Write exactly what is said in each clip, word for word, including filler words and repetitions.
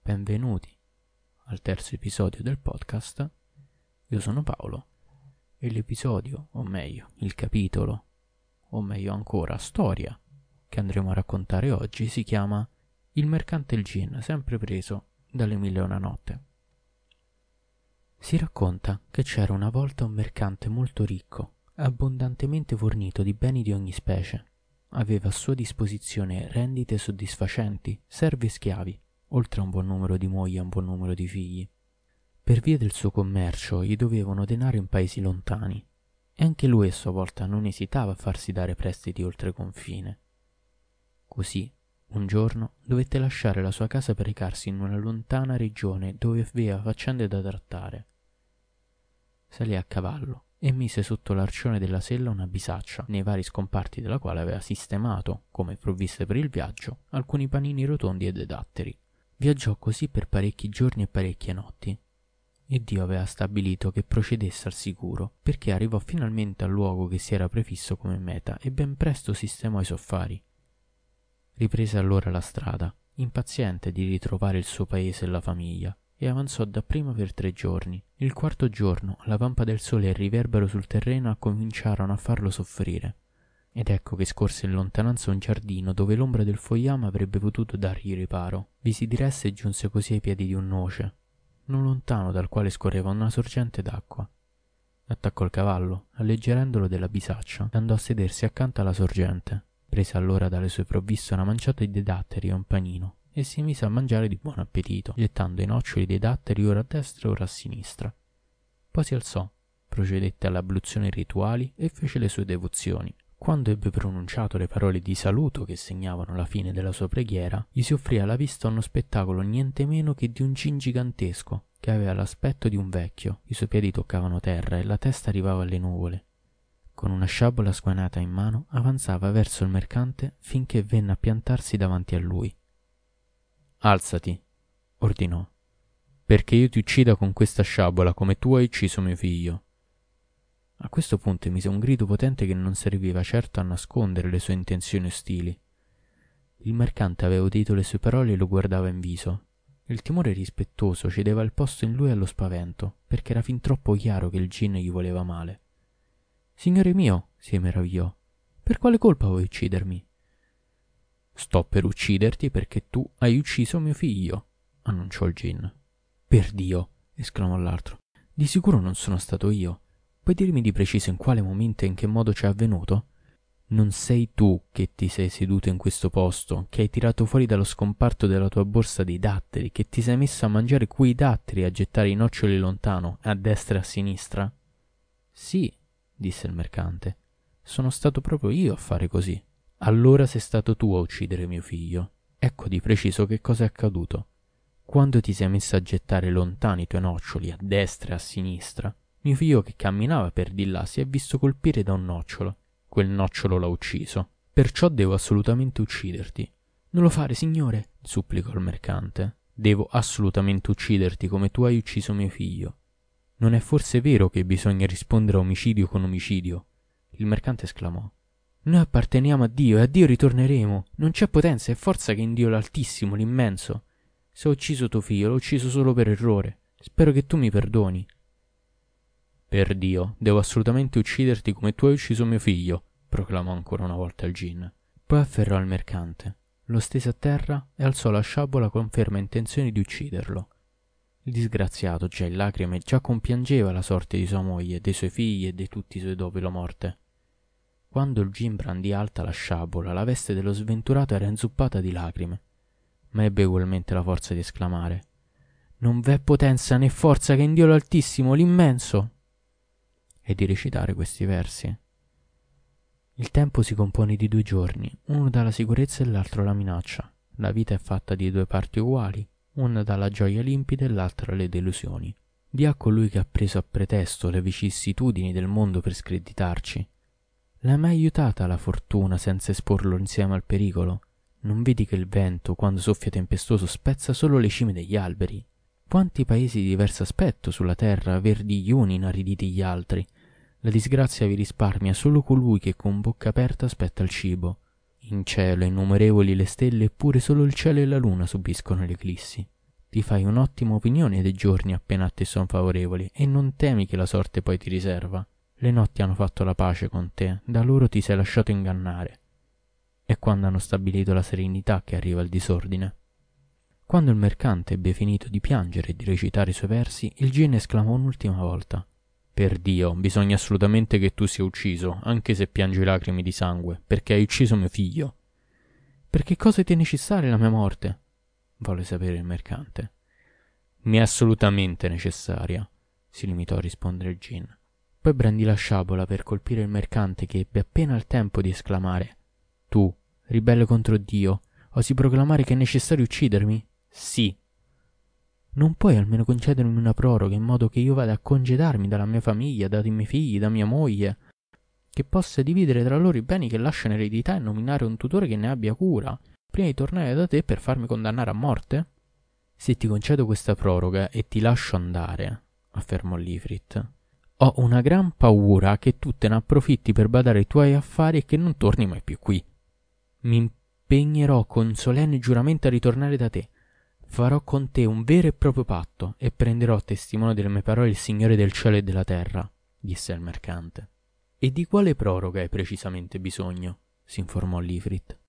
Benvenuti al terzo episodio del podcast. Io sono Paolo e l'episodio, o meglio, il capitolo, o meglio ancora, storia che andremo a raccontare oggi si chiama Il mercante e il gin, sempre preso dalle Mille e una notte. Si racconta che c'era una volta un mercante molto ricco, abbondantemente fornito di beni di ogni specie. Aveva a sua disposizione rendite soddisfacenti, servi e schiavi, oltre a un buon numero di mogli e un buon numero di figli. Per via del suo commercio gli dovevano denaro in paesi lontani, e anche lui a sua volta non esitava a farsi dare prestiti oltre confine. Così, un giorno, dovette lasciare la sua casa per recarsi in una lontana regione dove aveva faccende da trattare. Salì a cavallo e mise sotto l'arcione della sella una bisaccia, nei vari scomparti della quale aveva sistemato, come provviste per il viaggio, alcuni panini rotondi e dei datteri. Viaggiò così per parecchi giorni e parecchie notti, e Dio aveva stabilito che procedesse al sicuro, perché arrivò finalmente al luogo che si era prefisso come meta e ben presto sistemò i suoi affari. Riprese allora la strada, impaziente di ritrovare il suo paese e la famiglia, e avanzò dapprima per tre giorni. Il quarto giorno la vampa del sole e il riverbero sul terreno cominciarono a farlo soffrire, ed ecco che scorse in lontananza un giardino dove l'ombra del fogliame avrebbe potuto dargli riparo. Vi si diresse e giunse così ai piedi di un noce, non lontano dal quale scorreva una sorgente d'acqua. Attaccò il cavallo, alleggerendolo della bisaccia, e andò a sedersi accanto alla sorgente. Prese allora dalle sue provviste una manciata di datteri e un panino, e si mise a mangiare di buon appetito, gettando i noccioli dei datteri ora a destra e ora a sinistra. Poi si alzò, procedette alle abluzioni rituali e fece le sue devozioni. Quando ebbe pronunciato le parole di saluto che segnavano la fine della sua preghiera, gli si offrì alla vista uno spettacolo niente meno che di un gin gigantesco, che aveva l'aspetto di un vecchio. I suoi piedi toccavano terra e la testa arrivava alle nuvole. Con una sciabola sguainata in mano avanzava verso il mercante finché venne a piantarsi davanti a lui. «Alzati», ordinò, «perché io ti uccida con questa sciabola come tu hai ucciso mio figlio». A questo punto emise un grido potente che non serviva certo a nascondere le sue intenzioni ostili. Il mercante aveva udito le sue parole e lo guardava in viso. Il timore rispettoso cedeva il posto in lui allo spavento, perché era fin troppo chiaro che il gin gli voleva male. «Signore mio», si meravigliò, «per quale colpa vuoi uccidermi?» «Sto per ucciderti perché tu hai ucciso mio figlio», annunciò il gin. «Per Dio», esclamò l'altro, «di sicuro non sono stato io. Puoi dirmi di preciso in quale momento e in che modo ci è avvenuto? Non sei tu che ti sei seduto in questo posto, che hai tirato fuori dallo scomparto della tua borsa dei datteri, che ti sei messo a mangiare quei datteri e a gettare i noccioli lontano, a destra e a sinistra?» «Sì», disse il mercante, «sono stato proprio io a fare così». «Allora sei stato tu a uccidere mio figlio. Ecco di preciso che cosa è accaduto. Quando ti sei messo a gettare lontano i tuoi noccioli a destra e a sinistra, mio figlio che camminava per di là si è visto colpire da un nocciolo. Quel nocciolo l'ha ucciso. Perciò devo assolutamente ucciderti». «Non lo fare, signore», supplicò il mercante. «Devo assolutamente ucciderti come tu hai ucciso mio figlio. Non è forse vero che bisogna rispondere a omicidio con omicidio?» Il mercante esclamò. «Noi apparteniamo a Dio e a Dio ritorneremo. Non c'è potenza e forza che in Dio l'Altissimo, l'immenso. Se ho ucciso tuo figlio, l'ho ucciso solo per errore. Spero che tu mi perdoni». «Per Dio, devo assolutamente ucciderti come tu hai ucciso mio figlio», proclamò ancora una volta il gin. Poi afferrò il mercante, lo stese a terra e alzò la sciabola con ferma intenzione di ucciderlo. Il disgraziato, già in lacrime, già compiangeva la sorte di sua moglie, dei suoi figli e di tutti i suoi dopo la morte. Quando il gin brandì alta la sciabola, la veste dello sventurato era inzuppata di lacrime, ma ebbe ugualmente la forza di esclamare: «Non v'è potenza né forza che in Dio l'Altissimo, l'immenso!» e di recitare questi versi. Il tempo si compone di due giorni, uno dà la sicurezza e l'altro la minaccia. La vita è fatta di due parti uguali, una dà la gioia limpida e l'altra le delusioni. Dia a colui che ha preso a pretesto le vicissitudini del mondo per screditarci. L'hai mai aiutata la fortuna senza esporlo insieme al pericolo? Non vedi che il vento, quando soffia tempestoso, spezza solo le cime degli alberi? Quanti paesi di diverso aspetto sulla terra, verdi gli uni, inariditi gli altri? La disgrazia vi risparmia solo colui che con bocca aperta aspetta il cibo. In cielo innumerevoli le stelle, eppure solo il cielo e la luna subiscono l'eclissi. Ti fai un'ottima opinione dei giorni appena a te sono favorevoli e non temi che la sorte poi ti riserva. Le notti hanno fatto la pace con te, da loro ti sei lasciato ingannare. È quando hanno stabilito la serenità che arriva il disordine. Quando il mercante ebbe finito di piangere e di recitare i suoi versi, il ginno esclamò un'ultima volta: «Per Dio, bisogna assolutamente che tu sia ucciso, anche se piangi lacrime di sangue, perché hai ucciso mio figlio». «Per che cosa ti è necessaria la mia morte?» volle sapere il mercante. «Mi è assolutamente necessaria», si limitò a rispondere il ginno. Poi brandì la sciabola per colpire il mercante, che ebbe appena il tempo di esclamare: «Tu, ribelle contro Dio, osi proclamare che è necessario uccidermi?» «Sì». «Non puoi almeno concedermi una proroga in modo che io vada a congedarmi dalla mia famiglia, dai miei figli, da mia moglie, che possa dividere tra loro i beni che lascia in eredità e nominare un tutore che ne abbia cura, prima di tornare da te per farmi condannare a morte?» «Se ti concedo questa proroga e ti lascio andare», affermò l'Ifrit, «ho una gran paura che tu te ne approfitti per badare ai tuoi affari e che non torni mai più qui. Mi impegnerò con solenne giuramento a ritornare da te. Farò con te un vero e proprio patto e prenderò a testimone delle mie parole il Signore del cielo e della terra», disse il mercante. «E di quale proroga hai precisamente bisogno?» si informò l'Ifrit.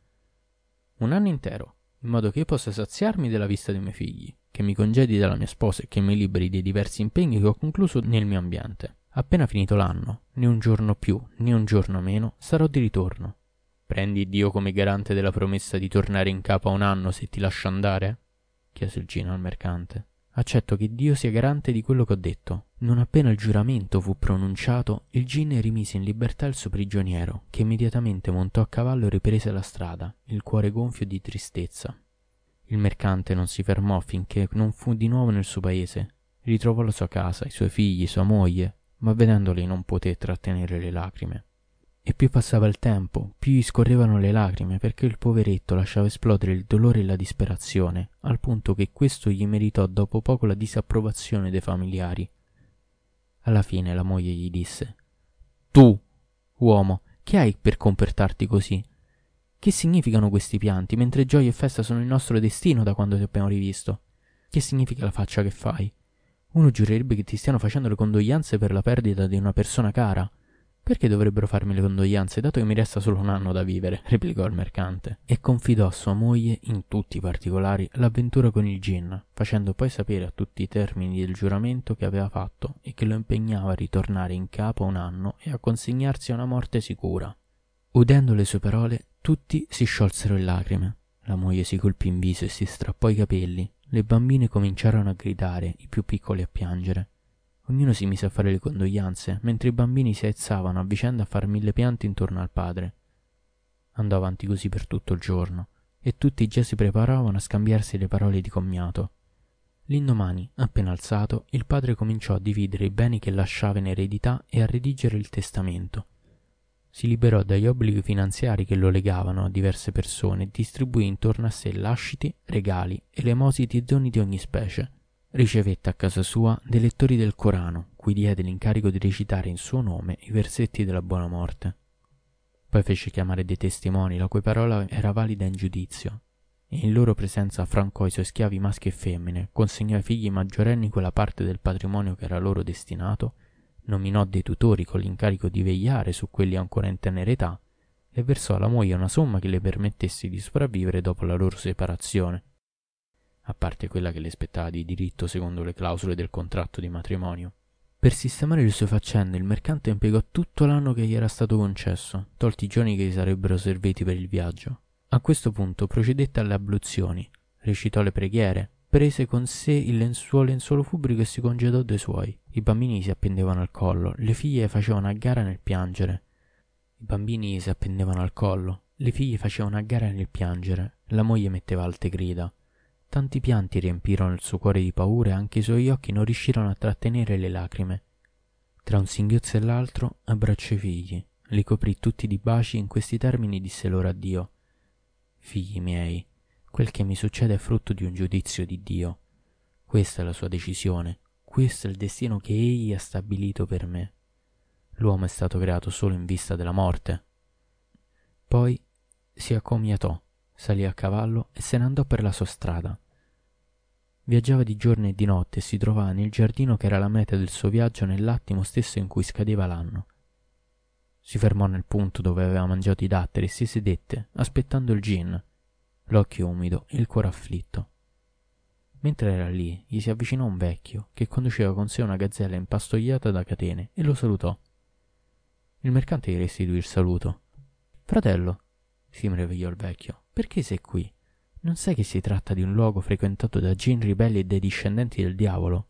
«Un anno intero, in modo che io possa saziarmi della vista dei miei figli, che mi congedi dalla mia sposa e che mi liberi dei diversi impegni che ho concluso nel mio ambiente. Appena finito l'anno, né un giorno più, né un giorno meno, sarò di ritorno». «Prendi Dio come garante della promessa di tornare in capo a un anno se ti lascio andare?» chiese il ginno al mercante. «Accetto che Dio sia garante di quello che ho detto». Non appena il giuramento fu pronunciato, il ginno rimise in libertà il suo prigioniero, che immediatamente montò a cavallo e riprese la strada, il cuore gonfio di tristezza. Il mercante non si fermò finché non fu di nuovo nel suo paese. Ritrovò la sua casa, i suoi figli, sua moglie, ma vedendoli non poté trattenere le lacrime. E più passava il tempo, più gli scorrevano le lacrime, perché il poveretto lasciava esplodere il dolore e la disperazione, al punto che questo gli meritò dopo poco la disapprovazione dei familiari. Alla fine la moglie gli disse: «Tu, uomo, che hai per comportarti così? Che significano questi pianti, mentre gioia e festa sono il nostro destino da quando ti abbiamo rivisto? Che significa la faccia che fai? Uno giurerebbe che ti stiano facendo le condoglianze per la perdita di una persona cara». «Perché dovrebbero farmi le condoglianze, dato che mi resta solo un anno da vivere?» replicò il mercante, e confidò a sua moglie, in tutti i particolari, l'avventura con il ginno, facendo poi sapere a tutti i termini del giuramento che aveva fatto e che lo impegnava a ritornare in capo un anno e a consegnarsi a una morte sicura. Udendo le sue parole, tutti si sciolsero in lacrime. La moglie si colpì in viso e si strappò i capelli. Le bambine cominciarono a gridare, i più piccoli a piangere. Ognuno si mise a fare le condoglianze, mentre i bambini si aizzavano a vicenda a far mille pianti intorno al padre. Andò avanti così per tutto il giorno, e tutti già si preparavano a scambiarsi le parole di commiato. L'indomani, appena alzato, il padre cominciò a dividere i beni che lasciava in eredità e a redigere il testamento. Si liberò dagli obblighi finanziari che lo legavano a diverse persone e distribuì intorno a sé lasciti, regali, elemositi e doni di ogni specie. Ricevette a casa sua dei lettori del Corano, cui diede l'incarico di recitare in suo nome i versetti della buona morte. Poi fece chiamare dei testimoni, la cui parola era valida in giudizio, e in loro presenza affrancò i suoi schiavi maschi e femmine, consegnò ai figli maggiorenni quella parte del patrimonio che era loro destinato, nominò dei tutori con l'incarico di vegliare su quelli ancora in tenera età e versò alla moglie una somma che le permettesse di sopravvivere dopo la loro separazione, a parte quella che le spettava di diritto secondo le clausole del contratto di matrimonio. Per sistemare le sue faccende il mercante impiegò tutto l'anno che gli era stato concesso, tolti i giorni che gli sarebbero serviti per il viaggio. A questo punto procedette alle abluzioni, recitò le preghiere, prese con sé il suo lenzuolo pubblico e si congedò dei suoi. I bambini si appendevano al collo, le figlie facevano a gara nel piangere. I bambini si appendevano al collo, le figlie facevano a gara nel piangere, la moglie metteva alte grida. Tanti pianti riempirono il suo cuore di paura e anche i suoi occhi non riuscirono a trattenere le lacrime. Tra un singhiozzo e l'altro abbracciò i figli, li coprì tutti di baci e in questi termini disse loro addio. «Figli miei, quel che mi succede è frutto di un giudizio di Dio. Questa è la sua decisione, questo è il destino che Egli ha stabilito per me. L'uomo è stato creato solo in vista della morte». Poi si accomiatò, salì a cavallo e se ne andò per la sua strada. Viaggiava di giorno e di notte e si trovava nel giardino che era la meta del suo viaggio nell'attimo stesso in cui scadeva l'anno. Si fermò nel punto dove aveva mangiato i datteri e si sedette, aspettando il gin, l'occhio umido e il cuore afflitto. Mentre era lì, gli si avvicinò un vecchio che conduceva con sé una gazzella impastoiata da catene e lo salutò. Il mercante gli restituì il saluto. «Fratello», si meravigliò il vecchio, «perché sei qui? Non sai che si tratta di un luogo frequentato da gin ribelli e dai discendenti del diavolo?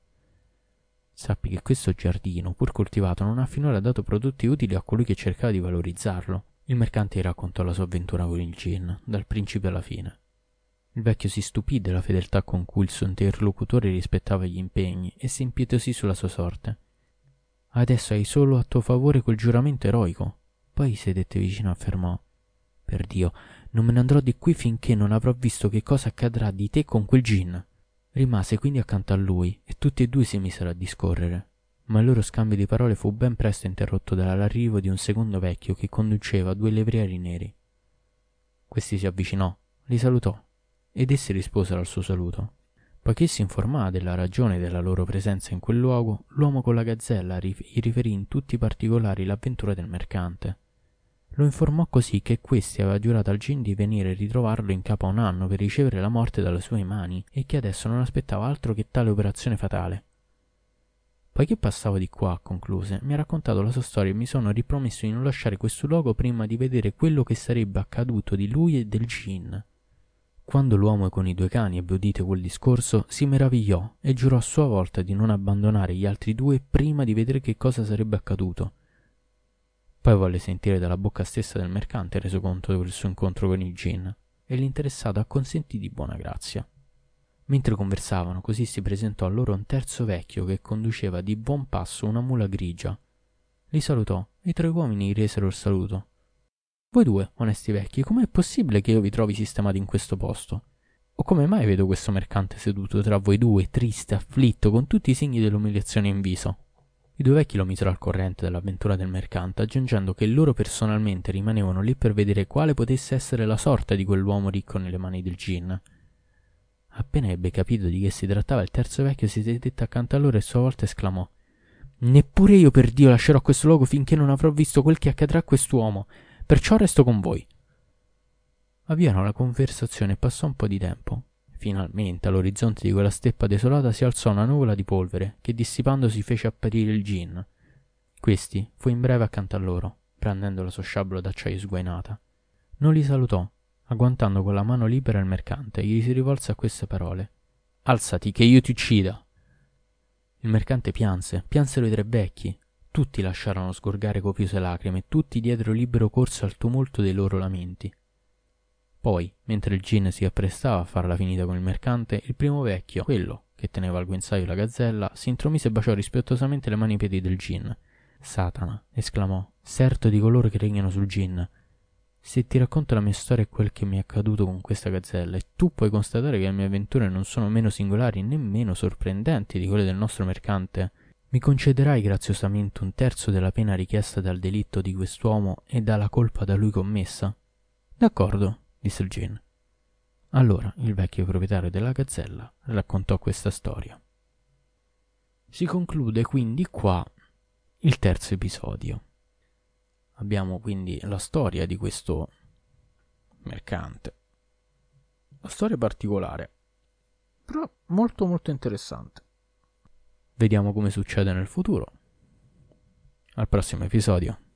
Sappi che questo giardino, pur coltivato, non ha finora dato prodotti utili a colui che cercava di valorizzarlo». Il mercante gli raccontò la sua avventura con il gin, dal principio alla fine. Il vecchio si stupì della fedeltà con cui il suo interlocutore rispettava gli impegni e si impietosì sulla sua sorte. «Adesso hai solo a tuo favore quel giuramento eroico». Poi sedette vicino e affermò: «Per Dio, non me ne andrò di qui finché non avrò visto che cosa accadrà di te con quel gin». Rimase quindi accanto a lui e tutti e due si misero a discorrere, ma il loro scambio di parole fu ben presto interrotto dall'arrivo di un secondo vecchio che conduceva due levrieri neri. Questi si avvicinò, li salutò ed essi risposero al suo saluto. Poiché si informava della ragione della loro presenza in quel luogo, l'uomo con la gazzella gli riferì in tutti i particolari l'avventura del mercante. Lo informò così che questi aveva giurato al gin di venire a ritrovarlo in capo a un anno per ricevere la morte dalle sue mani e che adesso non aspettava altro che tale operazione fatale. «Poiché passavo di qua», concluse, «mi ha raccontato la sua storia e mi sono ripromesso di non lasciare questo luogo prima di vedere quello che sarebbe accaduto di lui e del gin». Quando l'uomo con i due cani ebbe udito quel discorso, si meravigliò e giurò a sua volta di non abbandonare gli altri due prima di vedere che cosa sarebbe accaduto. Poi volle sentire dalla bocca stessa del mercante reso conto del suo incontro con il gin, e l'interessato acconsentì di buona grazia. Mentre conversavano, così si presentò a loro un terzo vecchio che conduceva di buon passo una mula grigia. Li salutò e i tre uomini gli resero il saluto. «Voi due, onesti vecchi, com'è possibile che io vi trovi sistemati in questo posto? O come mai vedo questo mercante seduto tra voi due, triste, afflitto, con tutti i segni dell'umiliazione in viso?» I due vecchi lo misero al corrente dell'avventura del mercante, aggiungendo che loro personalmente rimanevano lì per vedere quale potesse essere la sorte di quell'uomo ricco nelle mani del gin. Appena ebbe capito di che si trattava, il terzo vecchio si sedette accanto a loro e a sua volta esclamò: «Neppure io, per Dio, lascerò questo luogo finché non avrò visto quel che accadrà a quest'uomo. Perciò resto con voi». Avviarono la conversazione e passò un po' di tempo. Finalmente, all'orizzonte di quella steppa desolata si alzò una nuvola di polvere che, dissipandosi, fece apparire il gin. Questi fu in breve accanto a loro, prendendo la sua sciabola d'acciaio sguainata. Non li salutò, agguantando con la mano libera il mercante, e gli si rivolse a queste parole: «Alzati, che io ti uccida!» Il mercante pianse, piansero i tre vecchi. Tutti lasciarono sgorgare copiose lacrime e tutti diedero libero corso al tumulto dei loro lamenti. Poi, mentre il gin si apprestava a farla finita con il mercante, il primo vecchio, quello che teneva al guinzaglio la gazzella, si intromise e baciò rispettosamente le mani e i piedi del gin. «Satana», esclamò, «serto di coloro che regnano sul gin, se ti racconto la mia storia e quel che mi è accaduto con questa gazzella, e tu puoi constatare che le mie avventure non sono meno singolari né meno sorprendenti di quelle del nostro mercante, mi concederai graziosamente un terzo della pena richiesta dal delitto di quest'uomo e dalla colpa da lui commessa?» «D'accordo», disse il gin. Allora il vecchio proprietario della gazzella raccontò questa storia. Si conclude quindi qua il terzo episodio. Abbiamo quindi la storia di questo mercante. Una storia particolare, però molto molto interessante. Vediamo come succede nel futuro. Al prossimo episodio.